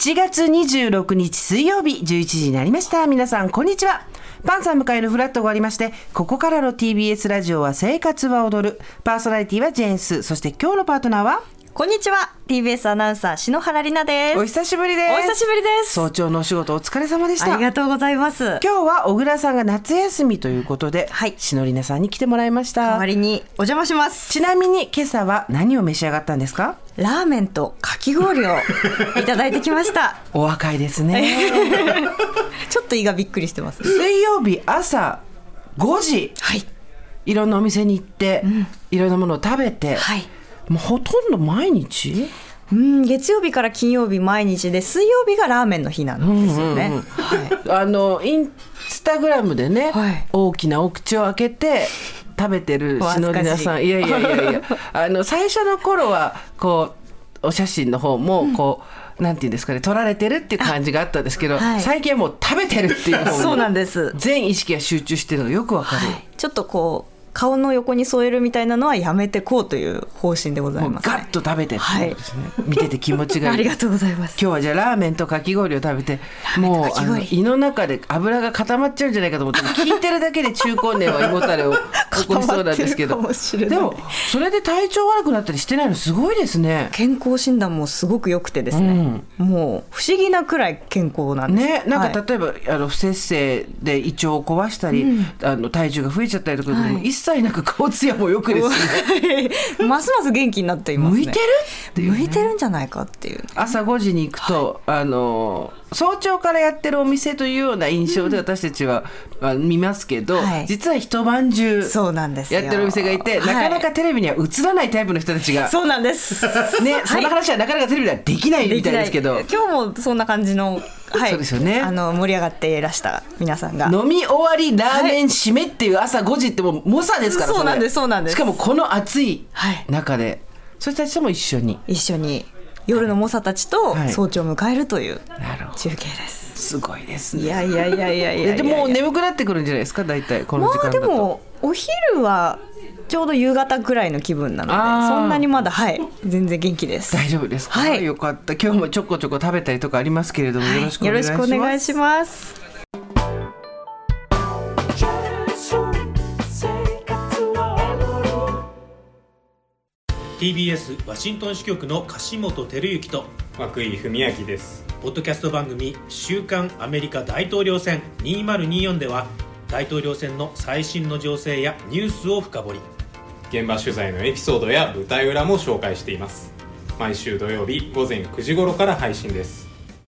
7月26日水曜日11時になりました。皆さんこんにちは。パンさん迎えのフラットが終わりまして、ここからの TBS ラジオは生活は踊る。パーソナリティはジェーンス、そして今日のパートナーはこんにちは。TBS アナウンサー篠原里奈です。 お久しぶりです。 お久しぶりです。 早朝のお仕事お疲れ様でした。 ありがとうございます。 今日は小倉さんが夏休みということで、はい、篠里奈さんに来てもらいました。 代わりにお邪魔します。 ちなみに今朝は何を召し上がったんですか？ ラーメンとかき氷をいただいてきましたお若いですねちょっと胃がびっくりしてます。 水曜日朝5時、はい、いろんなお店に行って、いろんなものを食べて、はい、もうほとんど毎日、 月曜日から金曜日毎日で、水曜日がラーメンの日なんですよね、 インスタグラムでね、はい、大きなお口を開けて食べてる篠里奈さん、いや最初の頃はこうお写真の方もこう、なんていうんですかね、撮られてるっていう感じがあったんですけど、はい、最近はもう食べてるっていう方にそうなんです。 全意識が集中してるのがよくわかる、はい、 ちょっとこう顔の横に添えるみたいなのはやめてこうという方針でございます、ね、 もうガッと食べてっていうことですね、はい、見てて気持ちがいいありがとうございます。 今日はじゃあラーメンとかき氷を食べて、もう胃の中で油が固まっちゃうんじゃないかと思って、聞いてるだけで中高年は胃もたれを起こしそうなんですけどでもそれで体調悪くなったりしてないのすごいですね。 健康診断もすごく良くてですね、もう不思議なくらい健康なんですね。 なんか例えば、不摂生で胃腸を壊したり、体重が増えちゃったりとかでも、一切なく顔つやもよくですねますます元気になっていますね。 向いてるっていう、ね、 向いてるんじゃないかっていう、ね、 朝5時に行くと、早朝からやってるお店というような印象で私たちは、見ますけど、実は一晩中やってるお店がいて、なかなかテレビには映らないタイプの人たちが、 そうなんですね、その話はなかなかテレビではできないみたいですけど、 今日もそんな感じの、 そうですよね、 盛り上がっていらした皆さんが、 飲み終わりラーメン締めっていう朝5時ってもう猛者ですから、 そうなんですそうなんです。 しかもこの暑い中で、そういう人たちとも一緒に夜の猛者たちと早朝を迎えるという中継です。 すごいですね。 いやでも眠くなってくるんじゃないですか、大体この時間だと。 でもお昼はちょうど夕方くらいの気分なので、そんなにまだ全然元気です。 大丈夫ですか、よかった。今日もちょこちょこ食べたりとかありますけれども、よろしくお願いします。 よろしくお願いします。 TBS ワシントン支局の樫本照之と涌井文明です。 ポッドキャスト番組週刊アメリカ大統領選2024では、大統領選の最新の情勢やニュースを深掘り、 現場取材のエピソードや舞台裏も紹介しています。毎週土曜日午前9時頃から配信です。